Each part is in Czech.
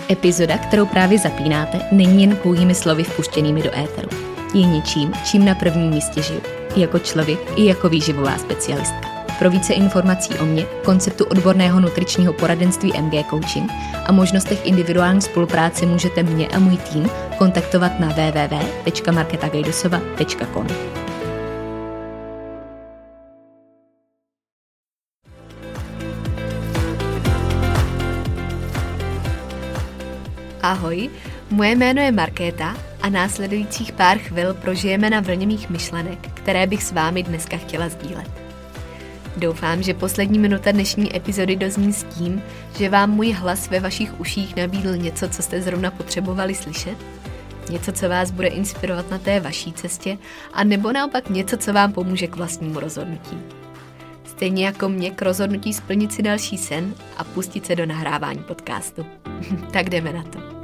Epizoda, kterou právě zapínáte, není jen pouhými slovy vpuštěnými do éteru. Je něčím, čím na prvním místě žiju. I jako člověk, i jako výživová specialistka. Pro více informací o mně, konceptu odborného nutričního poradenství MG Coaching a možnostech individuální spolupráce můžete mě a můj tým kontaktovat na www.marketagajdosova.com. Ahoj, moje jméno je Markéta a následujících pár chvil prožijeme na vlně mých myšlenek, které bych s vámi dneska chtěla sdílet. Doufám, že poslední minuta dnešní epizody dozní s tím, že vám můj hlas ve vašich uších nabídl něco, co jste zrovna potřebovali slyšet, něco, co vás bude inspirovat na té vaší cestě, a nebo naopak něco, co vám pomůže k vlastnímu rozhodnutí. Stejně jako mě k rozhodnutí splnit si další sen a pustit se do nahrávání podcastu. Tak jdeme na to.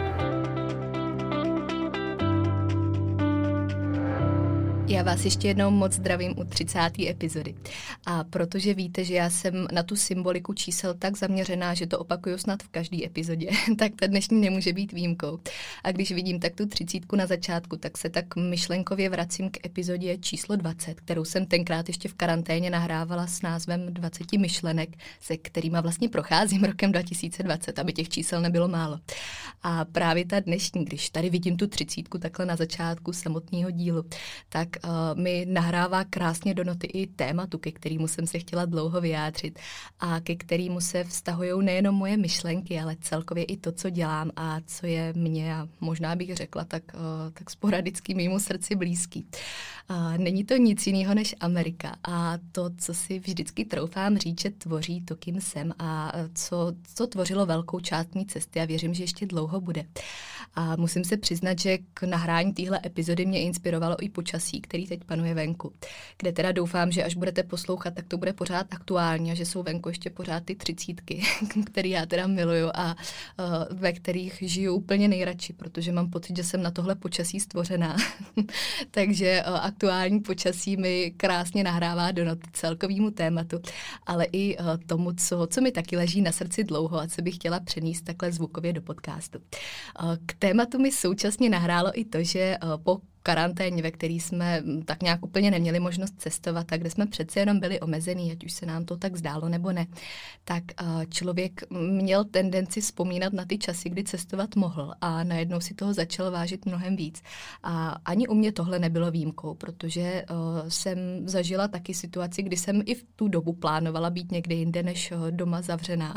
Já vás ještě jednou moc zdravím u 30. epizody. A protože víte, že já jsem na tu symboliku čísel tak zaměřená, že to opakuju snad v každé epizodě, tak ta dnešní nemůže být výjimkou. A když vidím tak tu 30 na začátku, tak se tak myšlenkově vracím k epizodě číslo 20, kterou jsem tenkrát ještě v karanténě nahrávala s názvem 20 myšlenek, se kterýma vlastně procházím rokem 2020, aby těch čísel nebylo málo. A právě ta dnešní, když tady vidím tu 30 takhle na začátku samotného dílu, tak mi nahrává krásně do noty i tématu, ke kterému jsem se chtěla dlouho vyjádřit a ke kterému se vztahují nejenom moje myšlenky, ale celkově i to, co dělám a co je mně, a možná bych řekla tak sporadicky mému srdci blízký. Není to nic jiného než Amerika a to, co si vždycky troufám říct, že tvoří to, kým jsem a co tvořilo velkou část mý cesty a věřím, že ještě dlouho bude. A musím se přiznat, že k nahrání téhle epizody mě inspirovalo i počasí, který teď panuje venku, kde teda doufám, že až budete poslouchat, tak to bude pořád aktuální a že jsou venku ještě pořád ty 30, které já teda miluju a ve kterých žiju úplně nejradši, protože mám pocit, že jsem na tohle počasí stvořená. Takže aktuální počasí mi krásně nahrává do noty celkovému tématu, ale i tomu, co mi taky leží na srdci dlouho a co bych chtěla přenést takhle zvukově do podcastu. K tématu mi současně nahrálo i to, že po karanténě, ve který jsme tak nějak úplně neměli možnost cestovat a kde jsme přece jenom byli omezený, ať už se nám to tak zdálo nebo ne, tak člověk měl tendenci vzpomínat na ty časy, kdy cestovat mohl a najednou si toho začal vážit mnohem víc. A ani u mě tohle nebylo výjimkou, protože jsem zažila taky situaci, kdy jsem i v tu dobu plánovala být někde jinde než doma zavřená.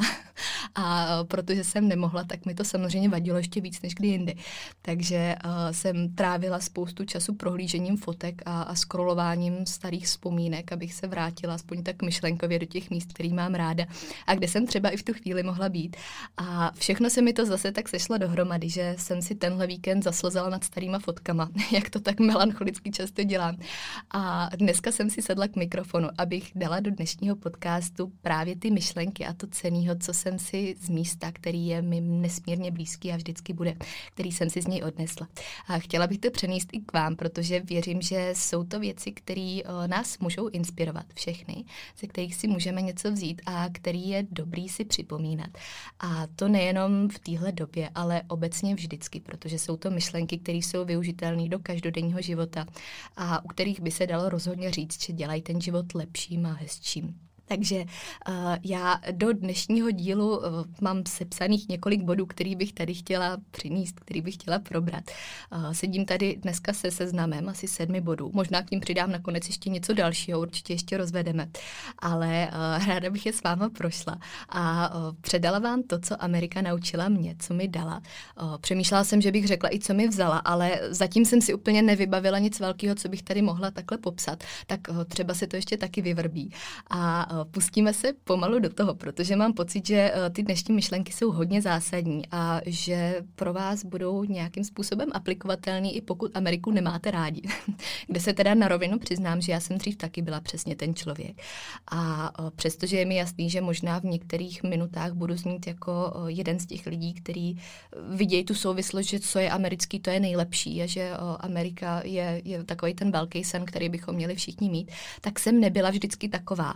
A protože jsem nemohla, tak mi to samozřejmě vadilo ještě víc než kdy jindy. Takže jsem trávila spoustu času prohlížením fotek a scrollováním starých vzpomínek, abych se vrátila aspoň tak myšlenkově do těch míst, který mám ráda a kde jsem třeba i v tu chvíli mohla být. A všechno se mi to zase tak sešlo dohromady, že jsem si tenhle víkend zaslzela nad starýma fotkama, jak to tak melancholicky často dělám. A dneska jsem si sedla k mikrofonu, abych dala do dnešního podcastu právě ty myšlenky a to cenného, co jsem si z místa, který je mi nesmírně blízký a vždycky bude, který jsem si z něj odnesla. A chtěla bych to přenést i k vám, protože věřím, že jsou to věci, které nás můžou inspirovat všechny, ze kterých si můžeme něco vzít a který je dobrý si připomínat. A to nejenom v téhle době, ale obecně vždycky, protože jsou to myšlenky, které jsou využitelné do každodenního života a u kterých by se dalo rozhodně říct, že dělají ten život lepším a hezčím. Takže já do dnešního dílu mám sepsaných několik bodů, který bych tady chtěla přinést, který bych chtěla probrat. Sedím tady dneska se seznamem asi 7 bodů. Možná k ním přidám nakonec ještě něco dalšího, určitě ještě rozvedeme. Ale ráda bych je s váma prošla a předala vám to, co Amerika naučila mě, co mi dala. Přemýšlela jsem, že bych řekla i co mi vzala, ale zatím jsem si úplně nevybavila nic velkého, co bych tady mohla takhle popsat. Tak třeba se to ještě taky vyvrbí. A pustíme se pomalu do toho, protože mám pocit, že ty dnešní myšlenky jsou hodně zásadní a že pro vás budou nějakým způsobem aplikovatelný, i pokud Ameriku nemáte rádi. Kde se teda na rovinu přiznám, že já jsem dřív taky byla přesně ten člověk. A přestože je mi jasný, že možná v některých minutách budu znít jako jeden z těch lidí, který vidějí tu souvislost, že co je americký, to je nejlepší a že Amerika je takový ten velký sen, který bychom měli všichni mít, tak jsem nebyla vždycky taková. A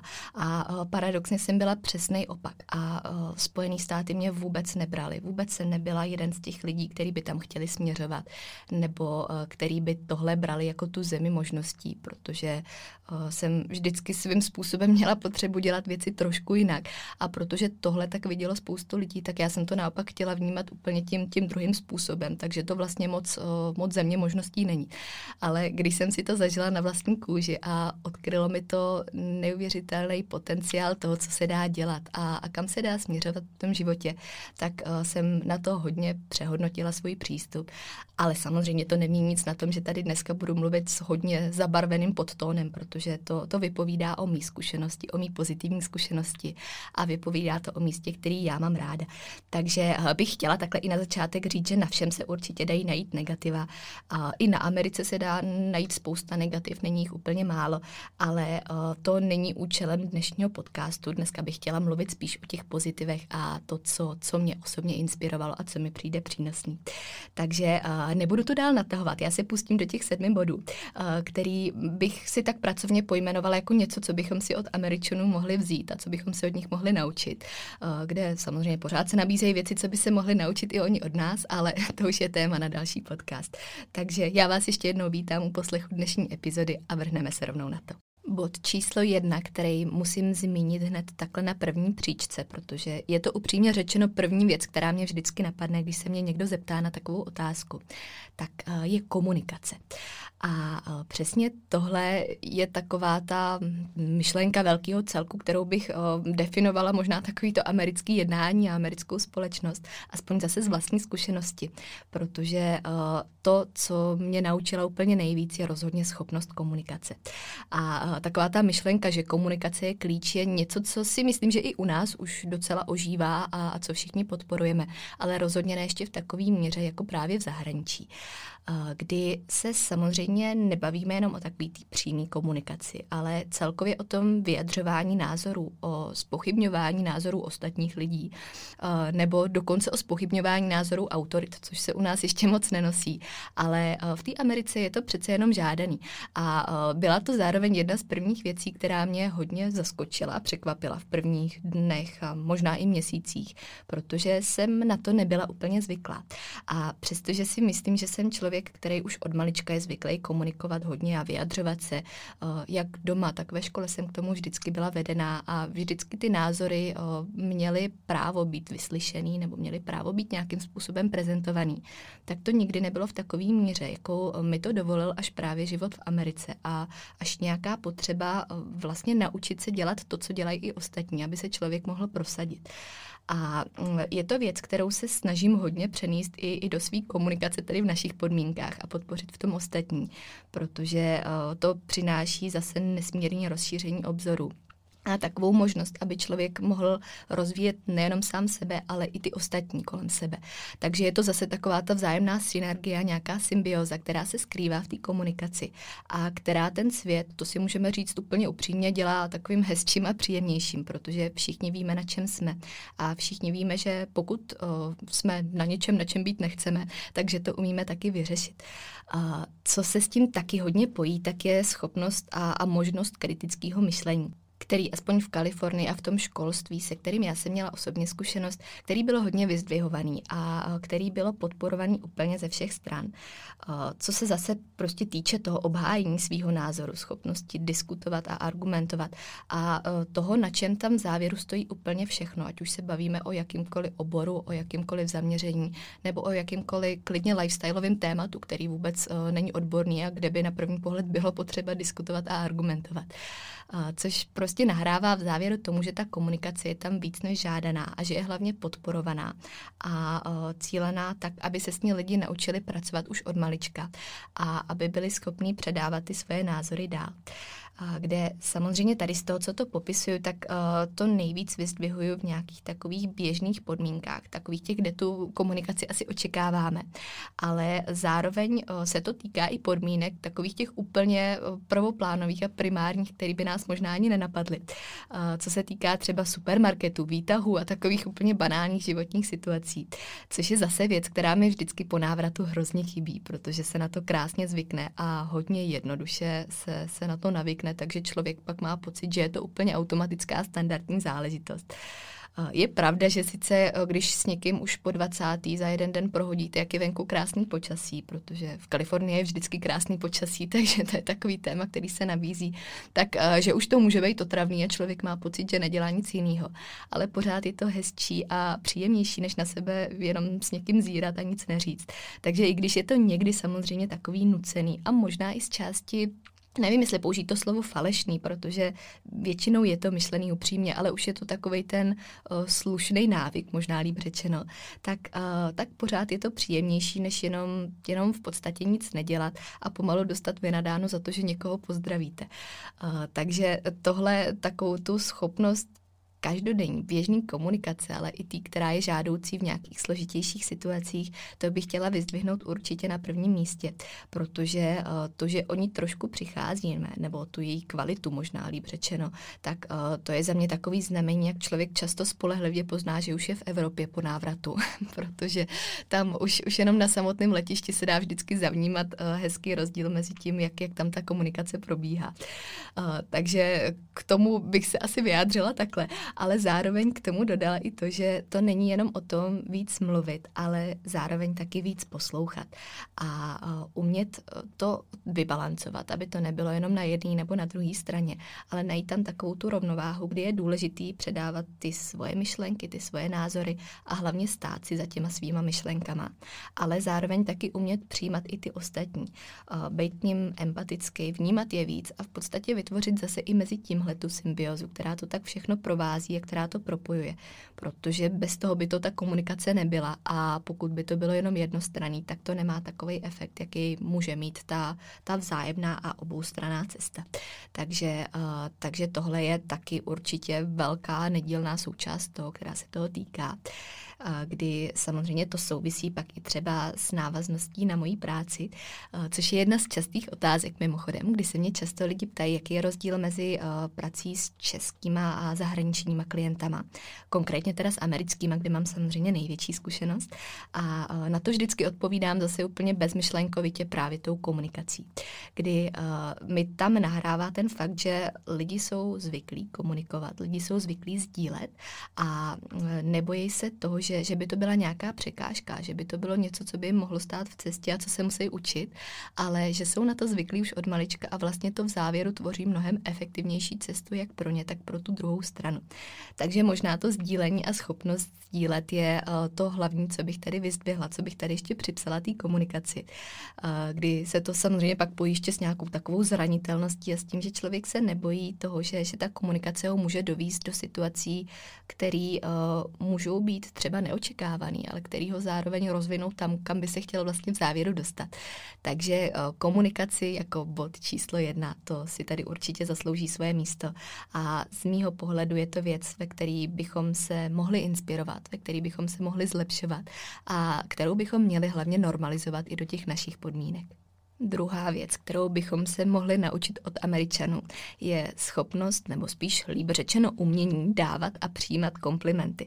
A paradoxně jsem byla přesnej opak. A Spojený státy mě vůbec nebrali. Vůbec jsem nebyla jeden z těch lidí, který by tam chtěli směřovat, nebo který by tohle brali jako tu zemi možností, protože jsem vždycky svým způsobem měla potřebu dělat věci trošku jinak. A protože tohle tak vidělo spoustu lidí, tak já jsem to naopak chtěla vnímat úplně tím druhým způsobem, takže to vlastně moc země možností není. Ale když jsem si to zažila na vlastní kůži a odkrylo mi to neuvěřitelný potenciál toho, co se dá dělat a kam se dá směřovat v tom životě, tak jsem na to hodně přehodnotila svůj přístup. Ale samozřejmě to nemění nic na tom, že tady dneska budu mluvit s hodně zabarveným podtónem, protože to vypovídá o mý zkušenosti, o mý pozitivní zkušenosti a vypovídá to o místě, který já mám ráda. Takže bych chtěla takhle i na začátek říct, že na všem se určitě dají najít negativa. I na Americe se dá najít spousta negativ, není jich úplně málo, ale to není účelem dnešního podcastu. Dneska bych chtěla mluvit spíš o těch pozitivech a to, co mě osobně inspirovalo a co mi přijde přínosný. Takže nebudu to dál natahovat. Já se pustím do těch 7 bodů, který bych si tak pracovně pojmenovala jako něco, co bychom si od Američanů mohli vzít a co bychom se od nich mohli naučit. Kde samozřejmě pořád se nabízejí věci, co by se mohli naučit i oni od nás, ale to už je téma na další podcast. Takže já vás ještě jednou vítám u poslechu dnešní epizody a vrhneme se rovnou na to. Bod číslo 1, který musím zmínit hned takhle na první příčce, protože je to upřímně řečeno první věc, která mě vždycky napadne, když se mě někdo zeptá na takovou otázku, tak je komunikace. A přesně tohle je taková ta myšlenka velkého celku, kterou bych definovala možná takovýto americký jednání a americkou společnost, aspoň zase z vlastní zkušenosti, protože to, co mě naučila úplně nejvíc, je rozhodně schopnost komunikace. A taková ta myšlenka, že komunikace je klíč, je něco, co si myslím, že i u nás už docela ožívá a co všichni podporujeme, ale rozhodně ne ještě v takové míře jako právě v zahraničí, kdy se samozřejmě nebavíme jenom o takové té přímé komunikaci, ale celkově o tom vyjadřování názorů, o zpochybňování názorů ostatních lidí, nebo dokonce o zpochybňování názorů autorit, což se u nás ještě moc nenosí, ale v té Americe je to přece jenom žádaný. A byla to zároveň jedna z prvních věcí, která mě hodně zaskočila a překvapila v prvních dnech a možná i měsících, protože jsem na to nebyla úplně zvyklá. A přestože si myslím, že jsem člověk, který už od malička je zvyklý komunikovat hodně a vyjadřovat se, jak doma, tak ve škole jsem k tomu vždycky byla vedená a vždycky ty názory měly právo být vyslyšený nebo měly právo být nějakým způsobem prezentovaný. Tak to nikdy nebylo v takové míře, jakou mi to dovolil až právě život v Americe a až nějaká potřeba vlastně naučit se dělat to, co dělají i ostatní, aby se člověk mohl prosadit. A je to věc, kterou se snažím hodně přenést i do své komunikace tady v našich podmínkách a podpořit v tom ostatní, protože to přináší zase nesmírně rozšíření obzoru. A takovou možnost, aby člověk mohl rozvíjet nejenom sám sebe, ale i ty ostatní kolem sebe. Takže je to zase taková ta vzájemná synergie, nějaká symbioza, která se skrývá v té komunikaci a která ten svět, to si můžeme říct úplně upřímně, dělá takovým hezčím a příjemnějším, protože všichni víme, na čem jsme a všichni víme, že pokud jsme na něčem, na čem být nechceme, takže to umíme taky vyřešit. Co se s tím taky hodně pojí, tak je schopnost a možnost kritického myšlení, který aspoň v Kalifornii a v tom školství, se kterým já jsem měla osobně zkušenost, který bylo hodně vyzdvihovaný a který bylo podporovaný úplně ze všech stran. Co se zase prostě týče toho obhájení svýho názoru, schopnosti diskutovat a argumentovat a toho, na čem tam v závěru stojí úplně všechno, ať už se bavíme o jakýmkoliv oboru, o jakýmkoliv zaměření nebo o jakýmkoliv klidně lifestyleovém tématu, který vůbec není odborný a kde by na první pohled bylo potřeba diskutovat a argumentovat. Což prostě nahrává v závěru tomu, že ta komunikace je tam víc než žádaná a že je hlavně podporovaná a cílená tak, aby se s ní lidi naučili pracovat už od malička a aby byli schopní předávat ty svoje názory dál. Kde samozřejmě tady z toho, co to popisuju, tak to nejvíc vyzdvihuju v nějakých takových běžných podmínkách, takových těch, kde tu komunikaci asi očekáváme. Ale zároveň se to týká i podmínek takových těch úplně prvoplánových a primárních, které by nás možná ani nenapadly. Co se týká třeba supermarketu, výtahů a takových úplně banálních životních situací, což je zase věc, která mi vždycky po návratu hrozně chybí, protože se na to krásně zvykne a hodně jednoduše se na to navykne řekne, takže člověk pak má pocit, že je to úplně automatická standardní záležitost. Je pravda, že sice když s někým už po 20. za jeden den prohodíte, jak je venku krásný počasí, protože v Kalifornii je vždycky krásný počasí, takže to je takový téma, který se nabízí, tak že už to může být otravný a člověk má pocit, že nedělá nic jiného. Ale pořád je to hezčí a příjemnější, než na sebe jenom s někým zírat a nic neříct. Takže i když je to někdy samozřejmě takový nucený a možná i z části, nevím, jestli použít to slovo falešný, protože většinou je to myšlený upřímně, ale už je to takovej ten slušný návyk, možná líp řečeno, tak pořád je to příjemnější, než jenom v podstatě nic nedělat a pomalu dostat vynadáno za to, že někoho pozdravíte. Takže tohle takovou tu schopnost každodenní běžný komunikace, ale i tý, která je žádoucí v nějakých složitějších situacích, to bych chtěla vyzdvihnout určitě na prvním místě, protože to, že o ní trošku přicházíme, nebo tu její kvalitu možná líp řečeno, tak to je za mě takový znamení, jak člověk často spolehlivě pozná, že už je v Evropě po návratu, protože tam už jenom na samotném letišti se dá vždycky zavnímat hezký rozdíl mezi tím, jak tam ta komunikace probíhá. Takže k tomu bych se asi vyjádřila takhle. Ale zároveň k tomu dodala i to, že to není jenom o tom víc mluvit, ale zároveň taky víc poslouchat a umět to vybalancovat, aby to nebylo jenom na jedné nebo na druhé straně, ale najít tam takovou tu rovnováhu, kdy je důležitý předávat ty svoje myšlenky, ty svoje názory a hlavně stát si za těma svýma myšlenkama, ale zároveň taky umět přijímat i ty ostatní, být k nim empatický, vnímat je víc a v podstatě vytvořit zase i mezi tímhle tu symbiozu, která to tak všechno provází a která to propojuje, protože bez toho by to ta komunikace nebyla a pokud by to bylo jenom jednostranný, tak to nemá takový efekt, jaký může mít ta vzájemná a oboustranná cesta. Takže tohle je taky určitě velká nedílná součást toho, která se toho týká, kdy samozřejmě to souvisí pak i třeba s návazností na mojí práci, což je jedna z častých otázek mimochodem, kdy se mě často lidi ptají, jaký je rozdíl mezi prací s českýma a zahraničníma klientama, konkrétně teda s americkýma, kde mám samozřejmě největší zkušenost a na to vždycky odpovídám zase úplně bezmyšlenkovitě právě tou komunikací, kdy mi tam nahrává ten fakt, že lidi jsou zvyklí komunikovat, lidi jsou zvyklí sdílet a nebojí se toho, že by to byla nějaká překážka, že by to bylo něco, co by jim mohlo stát v cestě a co se musí učit, ale že jsou na to zvyklí už od malička a vlastně to v závěru tvoří mnohem efektivnější cestu jak pro ně, tak pro tu druhou stranu. Takže možná to sdílení a schopnost sdílet je to hlavní, co bych tady vyzdvihla, co bych tady ještě připsala té komunikaci, kdy se to samozřejmě pak pojí ještě s nějakou takovou zranitelností a s tím, že člověk se nebojí toho, že ta komunikace ho může dovést do situací, které můžou být třeba neočekávaný, ale který ho zároveň rozvinou tam, kam by se chtěl vlastně v závěru dostat. Takže komunikaci jako bod číslo 1, to si tady určitě zaslouží svoje místo a z mýho pohledu je to věc, ve které bychom se mohli inspirovat, ve které bychom se mohli zlepšovat a kterou bychom měli hlavně normalizovat i do těch našich podmínek. Druhá věc, kterou bychom se mohli naučit od Američanů, je schopnost, nebo spíš líp řečeno umění dávat a přijímat komplimenty.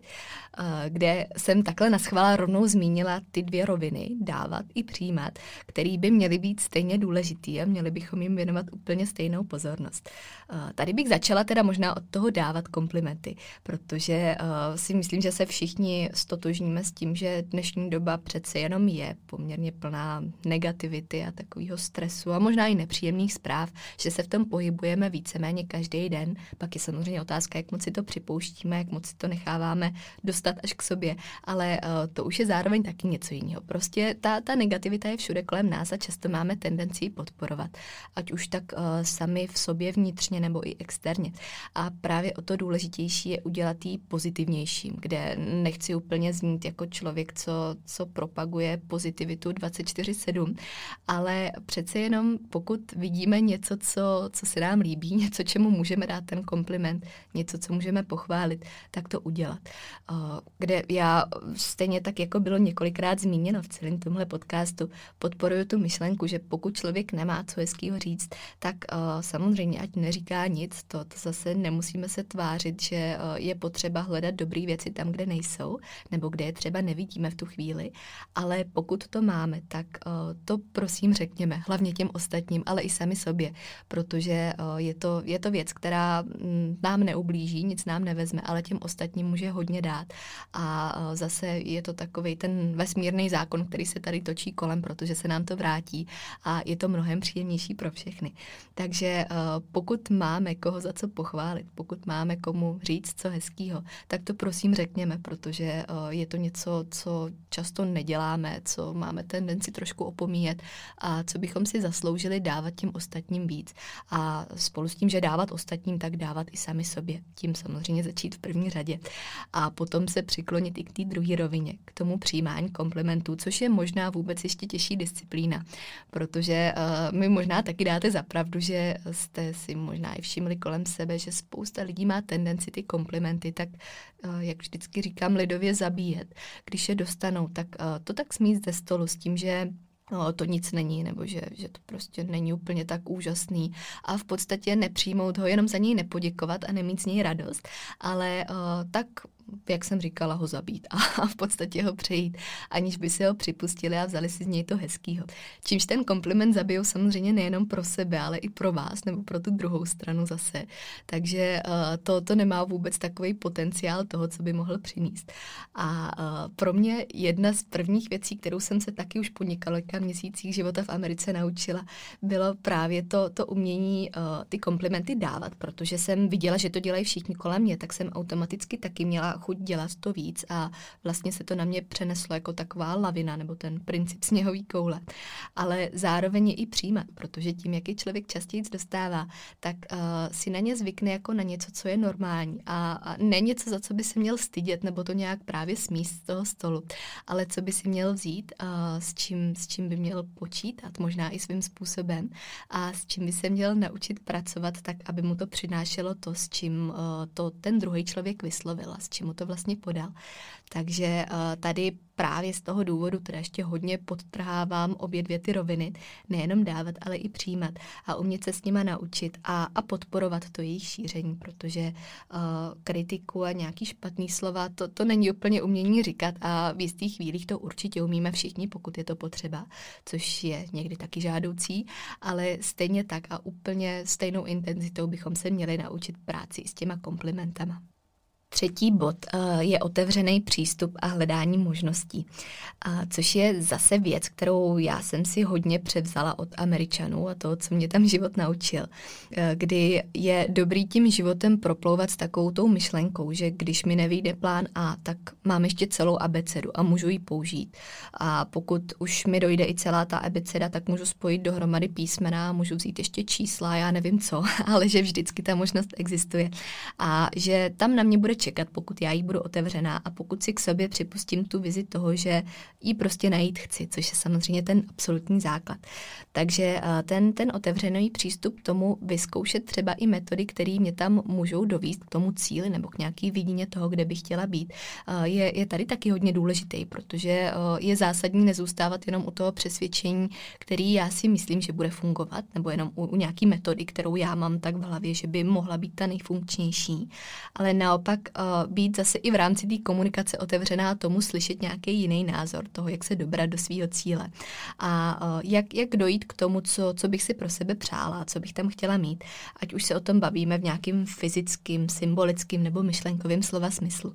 Kde jsem takhle naschvála rovnou zmínila ty dvě roviny, dávat i přijímat, který by měly být stejně důležitý a měli bychom jim věnovat úplně stejnou pozornost. Tady bych začala teda možná od toho dávat komplimenty, protože si myslím, že se všichni stotožníme s tím, že dnešní doba přece jenom je poměrně plná negativity a takového stresu a možná i nepříjemných zpráv, že se v tom pohybujeme víceméně každý den. Pak je samozřejmě otázka, jak moc si to připouštíme, jak moc si to necháváme dostat až k sobě, ale to už je zároveň taky něco jiného. Prostě ta negativita je všude kolem nás a často máme tendenci ji podporovat, ať už tak sami v sobě vnitřně nebo i externě. A právě o to důležitější je udělat ji pozitivnějším, kde nechci úplně znít jako člověk, co propaguje pozitivitu 24/7, ale přece jenom pokud vidíme něco, co se nám líbí, něco, čemu můžeme dát ten kompliment, něco, co můžeme pochválit, tak to udělat. Kde já stejně tak, jako bylo několikrát zmíněno v celém tomhle podcastu, podporuju tu myšlenku, že pokud člověk nemá co hezkýho říct, tak samozřejmě ať neříká nic, to zase nemusíme se tvářit, že je potřeba hledat dobré věci tam, kde nejsou, nebo kde je třeba nevidíme v tu chvíli, ale pokud to máme, tak to prosím řekněme řekněme, hlavně těm ostatním, ale i sami sobě, protože je to věc, která nám neublíží, nic nám nevezme, ale těm ostatním může hodně dát. A zase je to takovej ten vesmírný zákon, který se tady točí kolem, protože se nám to vrátí a je to mnohem příjemnější pro všechny. Takže pokud máme koho za co pochválit, pokud máme komu říct co hezkýho, tak to prosím řekněme, protože je to něco, co často neděláme, co máme tendenci trošku opomíjet a co bychom si zasloužili dávat těm ostatním víc. A spolu s tím, že dávat ostatním, tak dávat i sami sobě. Tím samozřejmě začít v první řadě. A potom se přiklonit i k té druhé rovině, k tomu přijímání komplimentů, což je možná vůbec ještě těžší disciplína, protože mi možná taky dáte za pravdu, že jste si možná i všimli kolem sebe, že spousta lidí má tendenci ty komplimenty, tak jak vždycky říkám, lidově zabíjet. Když je dostanou, tak to tak smít ze stolu s tím, že to nic není, nebo že to prostě není úplně tak úžasný a v podstatě nepřijmout ho, jenom za něj nepoděkovat a nemít z něj radost, ale tak, jak jsem říkala, ho zabít a v podstatě ho přejít, aniž by si ho připustili a vzali si z něj to hezkýho. Čímž ten kompliment zabijou samozřejmě nejenom pro sebe, ale i pro vás nebo pro tu druhou stranu zase. Takže to nemá vůbec takový potenciál toho, co by mohl přinést. A pro mě jedna z prvních věcí, kterou jsem se taky už po několika měsících života v Americe naučila, bylo právě to umění ty komplimenty dávat, protože jsem viděla, že to dělají všichni kolem mě, tak jsem automaticky taky měla chuť dělat to víc a vlastně se to na mě přeneslo jako taková lavina nebo ten princip sněhový koule. Ale zároveň je i přijímat, protože tím, jak je člověk častěji dostává, tak si na ně zvykne jako na něco, co je normální a ne něco, za co by se měl stydět nebo to nějak právě smíst z toho stolu, ale co by si měl vzít, s čím by měl počítat, možná i svým způsobem a s čím by se měl naučit pracovat tak, aby mu to přinášelo to, s čím to ten druhý člověk vyslovil a s čím mu to vlastně podal. Takže tady právě z toho důvodu teda ještě hodně podtrhávám obě dvě ty roviny, nejenom dávat, ale i přijímat a umět se s nima naučit a podporovat to jejich šíření, protože kritiku a nějaký špatný slova, to není úplně umění říkat a v jistých chvílích to určitě umíme všichni, pokud je to potřeba, což je někdy taky žádoucí, ale stejně tak a úplně stejnou intenzitou bychom se měli naučit práci s těma komplimentama. Třetí bod je otevřený přístup a hledání možností, což je zase věc, kterou já jsem si hodně převzala od Američanů a toho, co mě tam život naučil, kdy je dobrý tím životem proplouvat s takovou tou myšlenkou, že když mi nevyjde plán A, tak mám ještě celou abecedu a můžu ji použít. A pokud už mi dojde i celá ta abeceda, tak můžu spojit dohromady písmena, můžu vzít ještě čísla, já nevím co, ale že vždycky ta možnost existuje a že tam na mě bude čekat, pokud já jí budu otevřená a pokud si k sobě připustím tu vizi toho, že jí prostě najít chci, což je samozřejmě ten absolutní základ. Takže ten otevřený přístup k tomu vyzkoušet třeba i metody, které mě tam můžou dovést k tomu cíli nebo k nějaký vidině toho, kde bych chtěla být, je tady taky hodně důležitý, protože je zásadní nezůstávat jenom u toho přesvědčení, který já si myslím, že bude fungovat, nebo jenom u nějaký metody, kterou já mám tak v hlavě, že by mohla být ta nejfunkčnější, ale naopak být zase i v rámci té komunikace otevřená tomu slyšet nějaký jiný názor toho, jak se dobrat do svého cíle a jak dojít k tomu, co bych si pro sebe přála, co bych tam chtěla mít, ať už se o tom bavíme v nějakým fyzickým, symbolickým nebo myšlenkovým slova smyslu.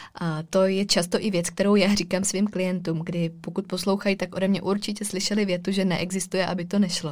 To je často i věc, kterou já říkám svým klientům, kdy pokud poslouchají, tak ode mě určitě slyšeli větu, že neexistuje, aby to nešlo.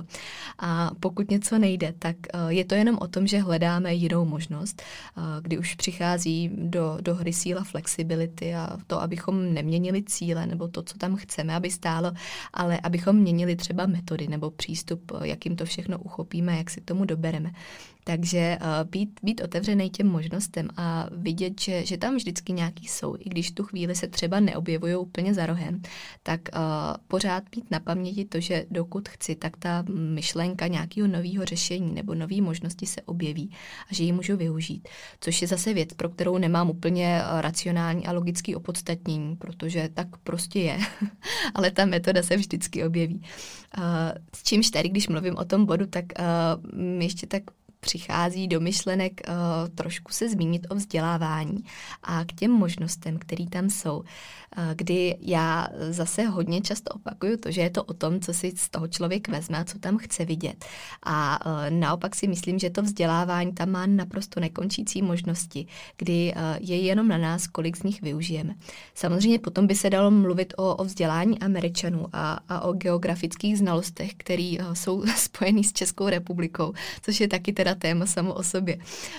A pokud něco nejde, tak je to jenom o tom, že hledáme jinou možnost, kdy už přichází do hry síla flexibility a to, abychom neměnili cíle nebo to, co tam chceme, aby stálo, ale abychom měnili třeba metody nebo přístup, jakým to všechno uchopíme, jak si k tomu dobereme. Takže být otevřený těm možnostem a vidět, že tam vždycky nějaký jsou, i když tu chvíli se třeba neobjevují úplně za rohem, tak pořád mít na paměti to, že dokud chci, tak ta myšlenka nějakého nového řešení nebo nové možnosti se objeví a že ji můžu využít. Což je zase věc, pro kterou nemám úplně racionální a logický opodstatnění, protože tak prostě je, ale ta metoda se vždycky objeví. S čímž tady, když mluvím o tom bodu, tak ještě tak přichází do myšlenek trošku se zmínit o vzdělávání a k těm možnostem, které tam jsou, kdy já zase hodně často opakuju to, že je to o tom, co si z toho člověk vezme a co tam chce vidět. A naopak si myslím, že to vzdělávání tam má naprosto nekončící možnosti, kdy je jenom na nás, kolik z nich využijeme. Samozřejmě potom by se dalo mluvit o vzdělání Američanů a o geografických znalostech, které jsou spojený s Českou republikou, což je taky teda téma samo o sobě.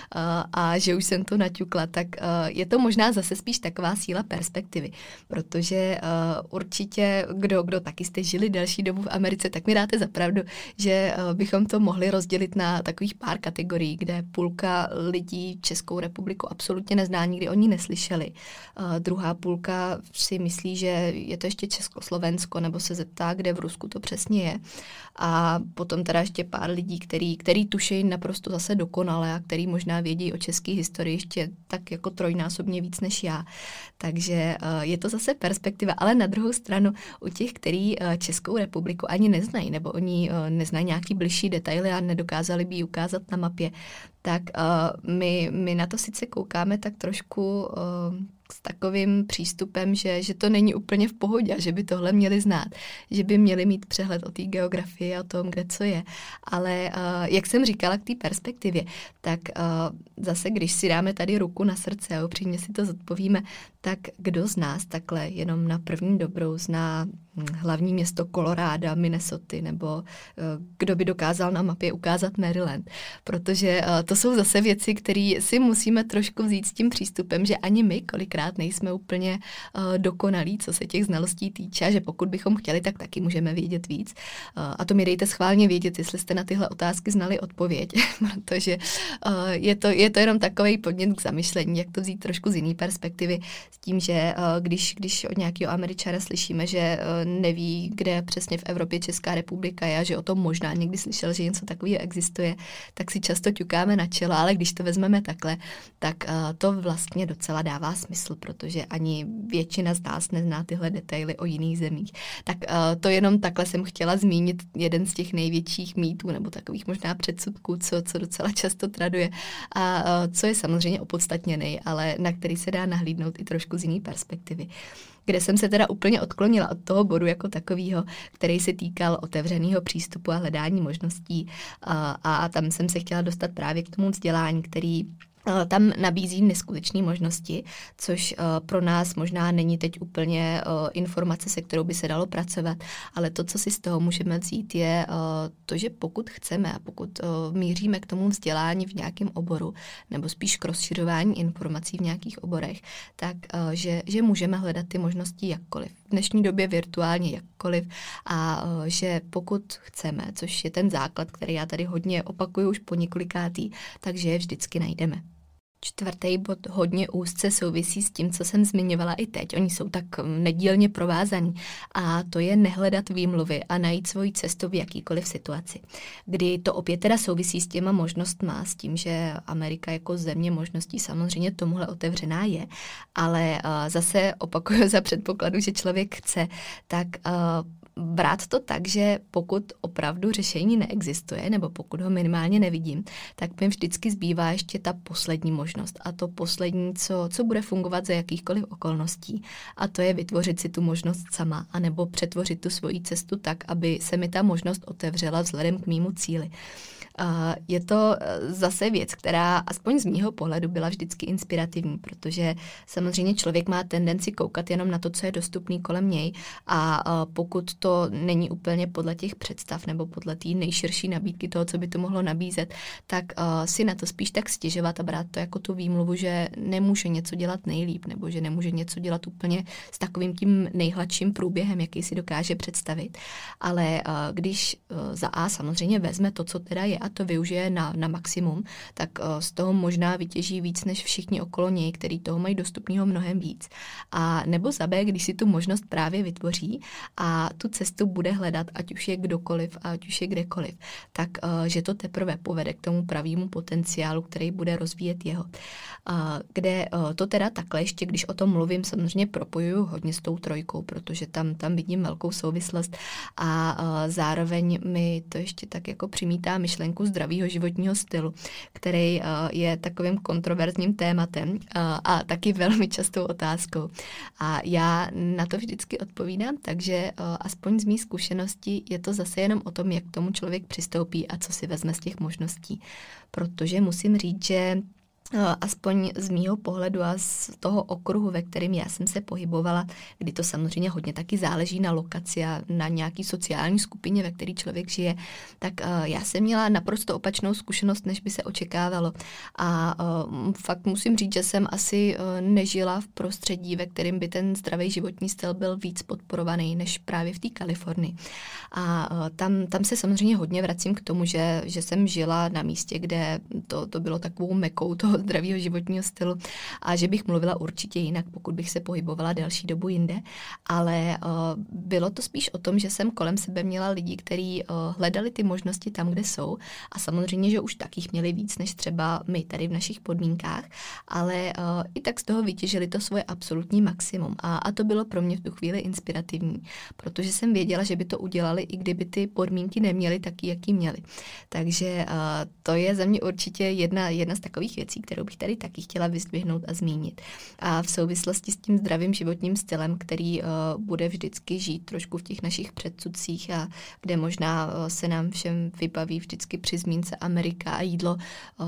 A že už jsem to naťukla, tak je to možná zase spíš taková síla perspektivy, protože určitě, kdo taky jste žili delší dobu v Americe, tak mi dáte za pravdu, že bychom to mohli rozdělit na takových pár kategorií, kde půlka lidí Českou republiku absolutně nezná, nikdy o ní neslyšeli. Druhá půlka si myslí, že je to ještě Československo, nebo se zeptá, kde v Rusku to přesně je. A potom teda ještě pár lidí, který tuší naprosto zase dokonale a který možná vědí o české historii ještě tak jako trojnásobně víc než já. Takže je to zase perspektiva, ale na druhou stranu u těch, kteří Českou republiku ani neznají, nebo oni neznají nějaký bližší detaily a nedokázali by ji ukázat na mapě, tak my na to sice koukáme tak trošku s takovým přístupem, že to není úplně v pohodě, že by tohle měli znát, že by měli mít přehled o té geografii a o tom, kde co je. Ale jak jsem říkala k té perspektivě, tak zase, když si dáme tady ruku na srdce a upřímně si to zodpovíme, tak kdo z nás takhle jenom na první dobrou zná hlavní město Colorado, Minnesota, nebo kdo by dokázal na mapě ukázat Maryland. Protože to jsou zase věci, které si musíme trošku vzít s tím přístupem, že ani my kolikrát nejsme úplně dokonalí, co se těch znalostí týče, že pokud bychom chtěli, tak taky můžeme vědět víc. A to mi dejte schválně vědět, jestli jste na tyhle otázky znali odpověď, protože je to jenom takový podnět k zamyšlení, jak to vzít trošku z jiné perspektivy, s tím, že když od nějakého Američana slyšíme, že neví, kde přesně v Evropě Česká republika je a že o tom možná někdy slyšel, že něco takového existuje, tak si často ťukáme na čelo, ale když to vezmeme takhle, tak to vlastně docela dává smysl, protože ani většina z nás nezná tyhle detaily o jiných zemích. Tak to jenom takhle jsem chtěla zmínit jeden z těch největších mýtů nebo takových možná předsudků, co docela často traduje a co je samozřejmě opodstatněný, ale na který se dá nahlídnout i trošku z jiné perspektivy. Kde jsem se teda úplně odklonila od toho bodu jako takového, který se týkal otevřeného přístupu a hledání možností a tam jsem se chtěla dostat právě k tomu vzdělání, který tam nabízí neskutečné možnosti, což pro nás možná není teď úplně informace, se kterou by se dalo pracovat, ale to, co si z toho můžeme vzít, je to, že pokud chceme a pokud míříme k tomu vzdělání v nějakém oboru, nebo spíš k rozšiřování informací v nějakých oborech, tak že můžeme hledat ty možnosti jakkoliv. V dnešní době virtuálně jakkoliv a že pokud chceme, což je ten základ, který já tady hodně opakuju už po několikátý, takže je vždycky najdeme. Čtvrtý bod hodně úzce souvisí s tím, co jsem zmiňovala i teď. Oni jsou tak nedílně provázaní a to je nehledat výmluvy a najít svoji cestu v jakýkoliv situaci. Kdy to opět teda souvisí s těma možnostma, s tím, že Amerika jako země možností samozřejmě tomuhle otevřená je, ale zase opakuju za předpokladu, že člověk chce, tak brát to tak, že pokud opravdu řešení neexistuje, nebo pokud ho minimálně nevidím, tak mi vždycky zbývá ještě ta poslední možnost. A to poslední, co bude fungovat za jakýchkoliv okolností. A to je vytvořit si tu možnost sama, anebo přetvořit tu svoji cestu tak, aby se mi ta možnost otevřela vzhledem k mému cíli. Je to zase věc, která aspoň z mýho pohledu byla vždycky inspirativní, protože samozřejmě člověk má tendenci koukat jenom na to, co je dostupný kolem něj a pokud to není úplně podle těch představ nebo podle té nejširší nabídky toho, co by to mohlo nabízet, tak si na to spíš tak stěžovat a brát to jako tu výmluvu, že nemůže něco dělat nejlíp nebo že nemůže něco dělat úplně s takovým tím nejhladším průběhem, jaký si dokáže představit. Ale když za A samozřejmě vezme to, co teda je, a to využije na maximum, tak z toho možná vytěží víc než všichni okolo něj, který toho mají dostupného mnohem víc. A nebo za B, když si tu možnost právě vytvoří a tu cestu bude hledat, ať už je kdokoliv a ať už je kdekoliv, tak že to teprve povede k tomu pravému potenciálu, který bude rozvíjet jeho. Kde to teda takhle, ještě když o tom mluvím, samozřejmě propojuju hodně s tou trojkou, protože tam vidím velkou souvislost a zároveň mi to ještě tak jako přimítá myšlenka, myšlenku zdravého životního stylu, který je takovým kontroverzním tématem a taky velmi častou otázkou. A já na to vždycky odpovídám, takže aspoň z mých zkušeností je to zase jenom o tom, jak k tomu člověk přistoupí a co si vezme z těch možností. Protože musím říct, že aspoň z mýho pohledu a z toho okruhu, ve kterém já jsem se pohybovala, kdy to samozřejmě hodně taky záleží na lokaci a na nějaký sociální skupině, ve které člověk žije, tak já jsem měla naprosto opačnou zkušenost, než by se očekávalo. A fakt musím říct, že jsem asi nežila v prostředí, ve kterém by ten zdravý životní styl byl víc podporovaný, než právě v té Kalifornii. A tam se samozřejmě hodně vracím k tomu, že jsem žila na místě, kde to bylo takovou mekou toho zdravého životního stylu a že bych mluvila určitě jinak, pokud bych se pohybovala delší dobu jinde, ale bylo to spíš o tom, že jsem kolem sebe měla lidi, kteří hledali ty možnosti tam, kde jsou a samozřejmě, že už takých měli víc, než třeba my tady v našich podmínkách, ale i tak z toho vytěžili to svoje absolutní maximum a to bylo pro mě v tu chvíli inspirativní, protože jsem věděla, že by to udělali, i kdyby ty podmínky neměly taky, jaký měly. Takže to je za mě určitě jedna z takových věcí, kterou bych tady taky chtěla vyzdvihnout a zmínit. A v souvislosti s tím zdravým životním stylem, který bude vždycky žít trošku v těch našich předsudcích a kde možná se nám všem vybaví vždycky při zmínce Amerika a jídlo,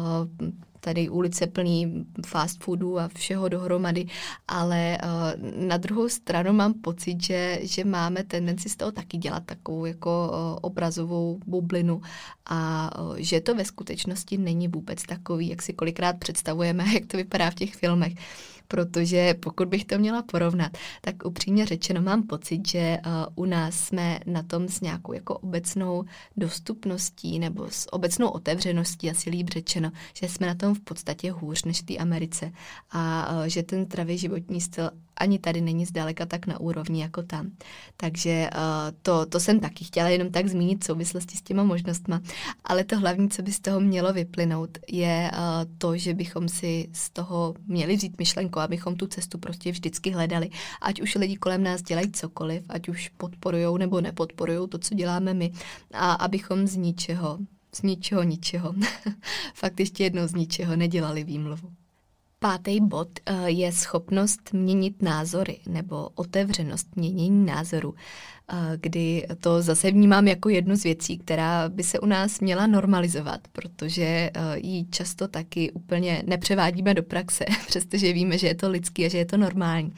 tady ulice plný fast foodů a všeho dohromady, ale na druhou stranu mám pocit, že máme tendenci z toho taky dělat takovou jako obrazovou bublinu a že to ve skutečnosti není vůbec takový, jak si kolikrát představujeme, jak to vypadá v těch filmech. Protože pokud bych to měla porovnat, tak upřímně řečeno mám pocit, že u nás jsme na tom s nějakou jako obecnou dostupností nebo s obecnou otevřeností, asi líp řečeno, že jsme na tom v podstatě hůř než v té Americe a že ten zdravý životní styl ani tady není zdaleka tak na úrovni jako tam. Takže to jsem taky chtěla jenom tak zmínit v souvislosti s těma možnostma, ale to hlavní, co by z toho mělo vyplynout, je to, že bychom si z toho měli vzít myšlenku, abychom tu cestu prostě vždycky hledali. Ať už lidi kolem nás dělají cokoliv, ať už podporujou nebo nepodporujou to, co děláme my, a abychom z ničeho, fakt ještě jednou z ničeho nedělali výmluvu. 5. bod je schopnost měnit názory nebo otevřenost měnění názoru, kdy to zase vnímám jako jednu z věcí, která by se u nás měla normalizovat, protože ji často taky úplně nepřevádíme do praxe, přestože víme, že je to lidský a že je to normální.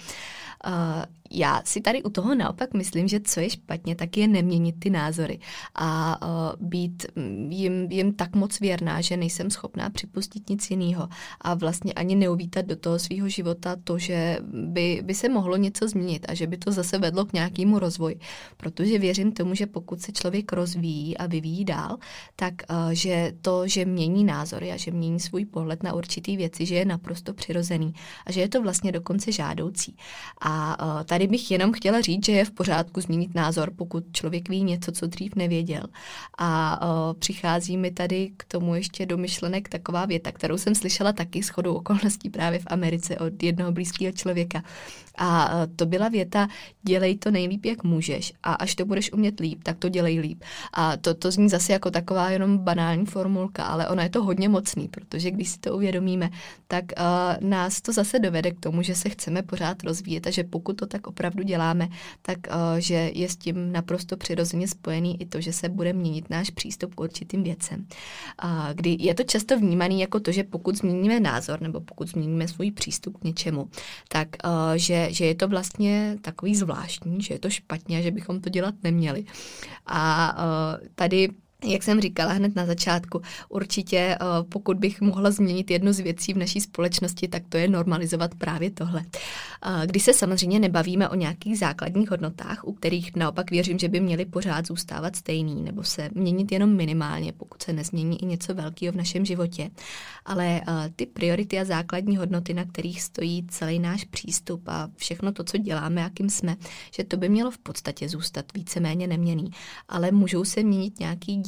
Já si tady u toho naopak myslím, že co je špatně, tak je neměnit ty názory a být jim tak moc věrná, že nejsem schopná připustit nic jiného a vlastně ani neuvítat do toho svého života to, že by se mohlo něco změnit a že by to zase vedlo k nějakému rozvoji. Protože věřím tomu, že pokud se člověk rozvíjí a vyvíjí dál, tak že to, že mění názory a že mění svůj pohled na určitý věci, že je naprosto přirozený a že je to vlastně dokonce žádoucí. A tady bych jenom chtěla říct, že je v pořádku změnit názor, pokud člověk ví něco, co dřív nevěděl. A přichází mi tady k tomu ještě do myšlenek taková věta, kterou jsem slyšela taky shodou okolností právě v Americe od jednoho blízkého člověka. A to byla věta, dělej to nejlíp, jak můžeš a až to budeš umět líp, tak to dělej líp. A to zní zase jako taková jenom banální formulka, ale ono je to hodně mocný, protože když si to uvědomíme, tak nás to zase dovede k tomu, že se chceme pořád rozvíjet a že pokud to tak opravdu děláme, tak že je s tím naprosto přirozeně spojený i to, že se bude měnit náš přístup k určitým věcem. Kdy je to často vnímaný jako to, že pokud změníme názor nebo pokud změníme svůj přístup k něčemu, tak že je to vlastně takový zvláštní, že je to špatně a že bychom to dělat neměli. A tady, jak jsem říkala hned na začátku, určitě pokud bych mohla změnit jednu z věcí v naší společnosti, tak to je normalizovat právě tohle. Když se samozřejmě nebavíme o nějakých základních hodnotách, u kterých naopak věřím, že by měly pořád zůstávat stejný nebo se měnit jenom minimálně, pokud se nezmění i něco velkého v našem životě. Ale ty priority a základní hodnoty, na kterých stojí celý náš přístup a všechno to, co děláme, jakým jsme, že to by mělo v podstatě zůstat víceméně neměnný. Ale můžou se měnit nějaký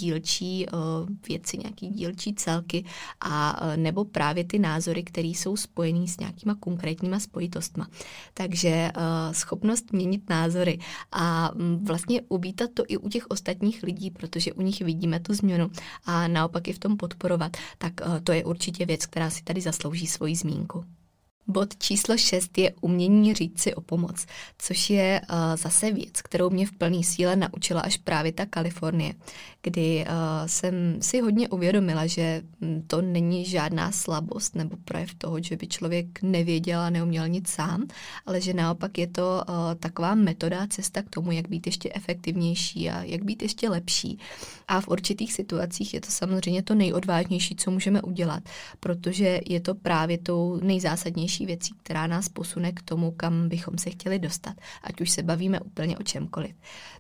dílčí věci, nějaký dílčí celky a nebo právě ty názory, které jsou spojený s nějakýma konkrétníma spojitostma. Takže schopnost měnit názory a vlastně uvítat to i u těch ostatních lidí, protože u nich vidíme tu změnu a naopak je v tom podporovat, tak to je určitě věc, která si tady zaslouží svoji zmínku. Bod číslo 6 je umění říct si o pomoc, což je zase věc, kterou mě v plné síle naučila až právě ta Kalifornie, kdy jsem si hodně uvědomila, že to není žádná slabost nebo projev toho, že by člověk nevěděl a neuměl nic sám, ale že naopak je to taková metoda, cesta k tomu, jak být ještě efektivnější a jak být ještě lepší. A v určitých situacích je to samozřejmě to nejodvážnější, co můžeme udělat, protože je to právě tou nejzásadnější věcí, která nás posune k tomu, kam bychom se chtěli dostat, ať už se bavíme úplně o čemkoliv.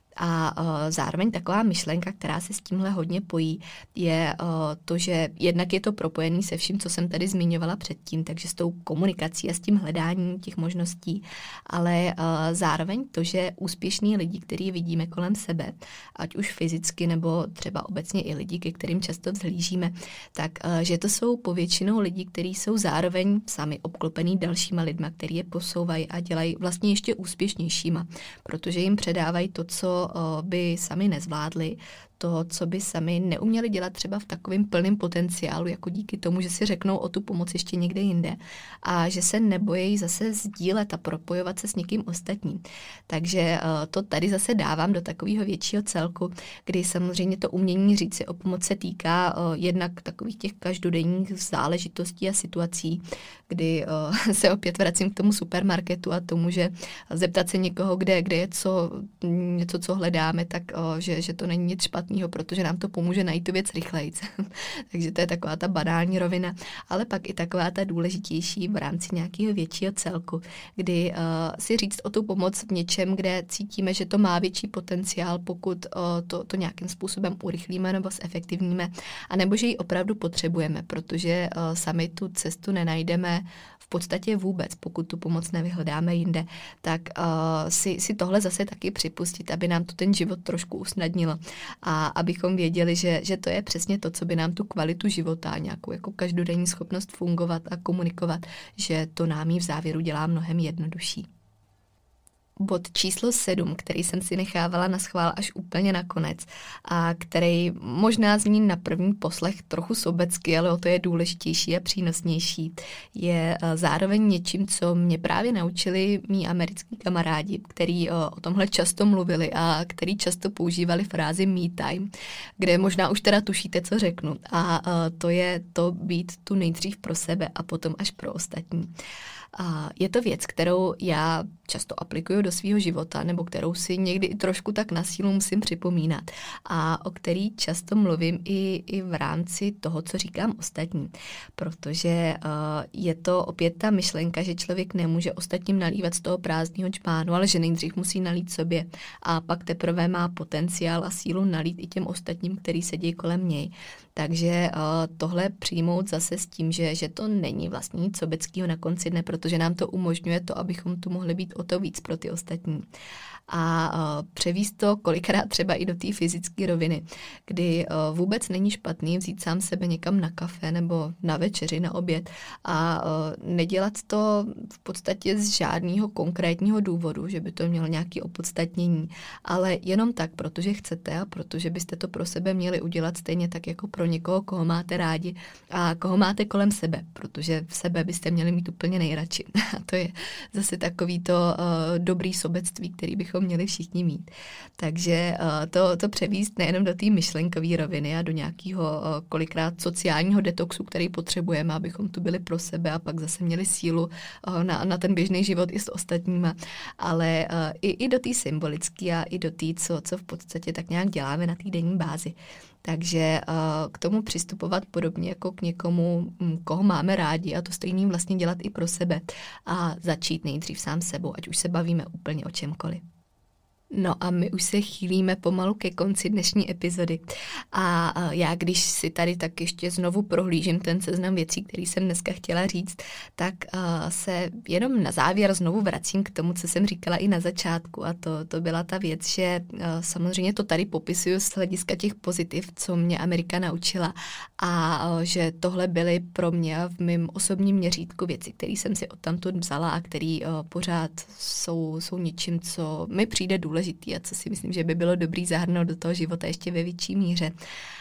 A zároveň taková myšlenka, která se s tímhle hodně pojí, je to, že jednak je to propojený se vším, co jsem tady zmiňovala předtím, takže s tou komunikací a s tím hledáním těch možností, ale zároveň to, že úspěšní lidi, který vidíme kolem sebe, ať už fyzicky nebo třeba obecně i lidi, ke kterým často vzhlížíme, tak že to jsou povětšinou lidi, kteří jsou zároveň sami obklopený dalšíma lidma, který je posouvají a dělají vlastně ještě úspěšnějšíma, protože jim předávají to, co by sami nezvládli, to, co by sami neuměli dělat třeba v takovém plném potenciálu, jako díky tomu, že si řeknou o tu pomoc ještě někde jinde a že se nebojí zase sdílet a propojovat se s někým ostatním. Takže to tady zase dávám do takového většího celku, kdy samozřejmě to umění říct si o pomoc se týká jednak takových těch každodenních záležitostí a situací, kdy se opět vracím k tomu supermarketu a tomu, že zeptat se někoho, kde je něco, co hledáme, tak že to není nic špatného, protože nám to pomůže najít tu věc rychlejc. Takže to je taková ta banální rovina, ale pak i taková ta důležitější v rámci nějakého většího celku, kdy si říct o tu pomoc v něčem, kde cítíme, že to má větší potenciál, pokud to nějakým způsobem urychlíme nebo zefektivníme, anebo že ji opravdu potřebujeme, protože sami tu cestu nenajdeme v podstatě vůbec, pokud tu pomoc nevyhledáme jinde, tak si tohle zase taky připustit, aby nám to ten život trošku usnadnilo a abychom věděli, že to je přesně to, co by nám tu kvalitu života, nějakou jako každodenní schopnost fungovat a komunikovat, že to nám ji v závěru dělá mnohem jednodušší. Bod číslo 7, který jsem si nechávala na schvál až úplně nakonec a který možná zní na první poslech trochu sobecky, ale o to je důležitější a přínosnější, je zároveň něčím, co mě právě naučili mý americký kamarádi, který o tomhle často mluvili a který často používali frázi me time, kde možná už teda tušíte, co řeknu. A to je to být tu nejdřív pro sebe a potom až pro ostatní. Je to věc, kterou já často aplikuju do svého života, nebo kterou si někdy i trošku tak na sílu musím připomínat a o který často mluvím i v rámci toho, co říkám ostatním, protože je to opět ta myšlenka, že člověk nemůže ostatním nalívat z toho prázdného čbánu, ale že nejdřív musí nalít sobě a pak teprve má potenciál a sílu nalít i těm ostatním, který sedí kolem něj. Takže tohle přijmout zase s tím, že to není vlastně nic sobeckého na konci dne, protože nám to umožňuje to, abychom tu mohli být o to víc pro ty ostatní. A převíst to kolikrát třeba i do té fyzické roviny, kdy vůbec není špatný vzít sám sebe někam na kafe nebo na večeři, na oběd a nedělat to v podstatě z žádného konkrétního důvodu, že by to mělo nějaké opodstatnění, ale jenom tak, protože chcete a protože byste to pro sebe měli udělat stejně tak jako pro někoho, koho máte rádi a koho máte kolem sebe, protože v sebe byste měli mít úplně nejradši. A to je zase takový to dobrý sobectví, který bychom měli všichni mít. Takže to převíst nejenom do té myšlenkové roviny a do nějakého kolikrát sociálního detoxu, který potřebujeme, abychom tu byli pro sebe a pak zase měli sílu na ten běžný život i s ostatníma, ale i do té symbolické a i do té, co v podstatě tak nějak děláme na té denní bázi. Takže k tomu přistupovat podobně jako k někomu, koho máme rádi a to stejný vlastně dělat i pro sebe a začít nejdřív sám sebou, ať už se bavíme úplně o čemkoliv. No a my už se chýlíme pomalu ke konci dnešní epizody. A já, když si tady tak ještě znovu prohlížím ten seznam věcí, který jsem dneska chtěla říct, tak se jenom na závěr znovu vracím k tomu, co jsem říkala i na začátku. A to byla ta věc, že samozřejmě to tady popisuju z hlediska těch pozitiv, co mě Amerika naučila. A že tohle byly pro mě v mém osobním měřítku věci, které jsem si odtamtud vzala a které pořád jsou něčím, co mi přijde důležitý a co si myslím, že by bylo dobrý zahrnout do toho života ještě ve větší míře.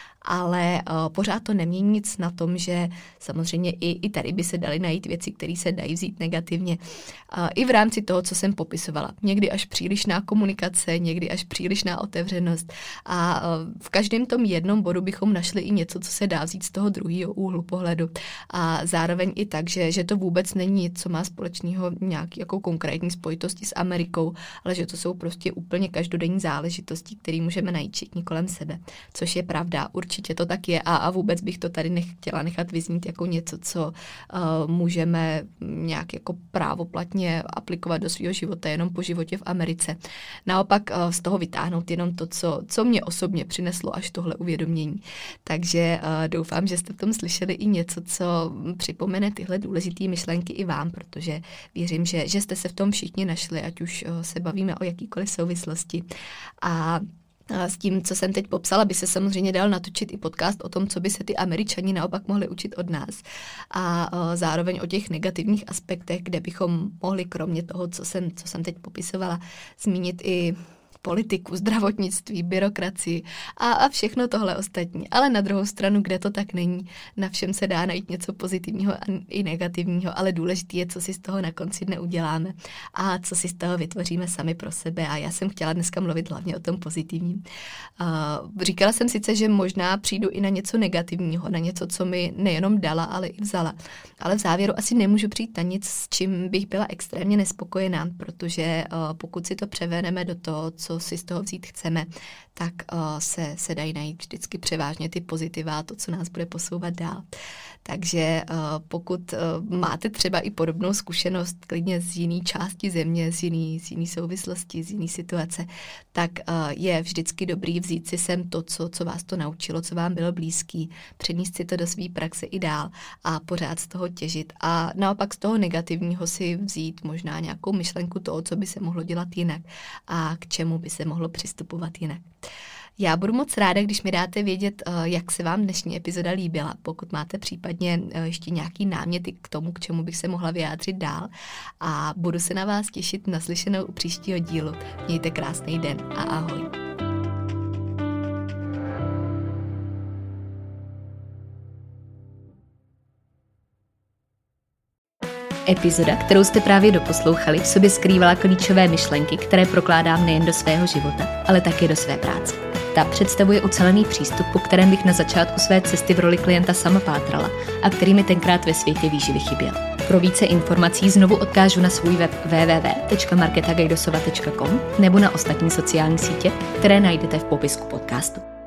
Ale pořád to nemění nic na tom, že samozřejmě i tady by se daly najít věci, které se dají vzít negativně. I v rámci toho, co jsem popisovala. Někdy až přílišná komunikace, někdy až přílišná otevřenost. A v každém tom jednom bodu bychom našli i něco, co se dá vzít z toho druhého úhlu pohledu. A zároveň i tak, že to vůbec není nic, co má společného nějaký jako konkrétní spojitosti s Amerikou, ale že to jsou prostě úplně každodenní záležitosti, které můžeme najít všichni kolem sebe. Což je pravda. Určitě to tak je a vůbec bych to tady nechtěla nechat vyznít jako něco, co můžeme nějak jako právoplatně aplikovat do svého života jenom po životě v Americe. Naopak z toho vytáhnout jenom to, co mě osobně přineslo až tohle uvědomění. Takže doufám, že jste v tom slyšeli i něco, co připomene tyhle důležité myšlenky i vám, protože věřím, že jste se v tom všichni našli, ať už se bavíme o jakýkoliv souvislosti. A s tím, co jsem teď popsala, by se samozřejmě dal natočit i podcast o tom, co by se ty Američani naopak mohli učit od nás. A zároveň o těch negativních aspektech, kde bychom mohli kromě toho, co jsem teď popisovala, zmínit i politiku, zdravotnictví, byrokracii a všechno tohle ostatní. Ale na druhou stranu, kde to tak není, na všem se dá najít něco pozitivního i negativního, ale důležité je, co si z toho na konci dne uděláme a co si z toho vytvoříme sami pro sebe. A já jsem chtěla dneska mluvit hlavně o tom pozitivním. Říkala jsem sice, že možná přijdu i na něco negativního, na něco, co mi nejenom dala, ale i vzala. Ale v závěru asi nemůžu přijít na nic, s čím bych byla extrémně nespokojená, protože pokud si to převedeme do toho, co si z toho vzít chceme, tak se dají najít vždycky převážně ty pozitiva, to, co nás bude posouvat dál. Takže pokud máte třeba i podobnou zkušenost klidně z jiné části země, z jiné souvislosti, z jiné situace, tak je vždycky dobrý vzít si sem to, co vás to naučilo, co vám bylo blízký, přenést si to do své praxe i dál a pořád z toho těžit. A naopak z toho negativního si vzít možná nějakou myšlenku toho, co by se mohlo dělat jinak a k čemu by se mohlo přistupovat jinak. Já budu moc ráda, když mi dáte vědět, jak se vám dnešní epizoda líbila, pokud máte případně ještě nějaký náměty k tomu, k čemu bych se mohla vyjádřit dál, a budu se na vás těšit naslyšenou u příštího dílu. Mějte krásný den a ahoj. Epizoda, kterou jste právě doposlouchali, v sobě skrývala klíčové myšlenky, které prokládám nejen do svého života, ale také do své práce. Ta představuje ucelený přístup, po kterém bych na začátku své cesty v roli klienta sama pátrala a který mi tenkrát ve světě výživy chyběl. Pro více informací znovu odkážu na svůj web www.marketagajdosova.com nebo na ostatní sociální sítě, které najdete v popisku podcastu.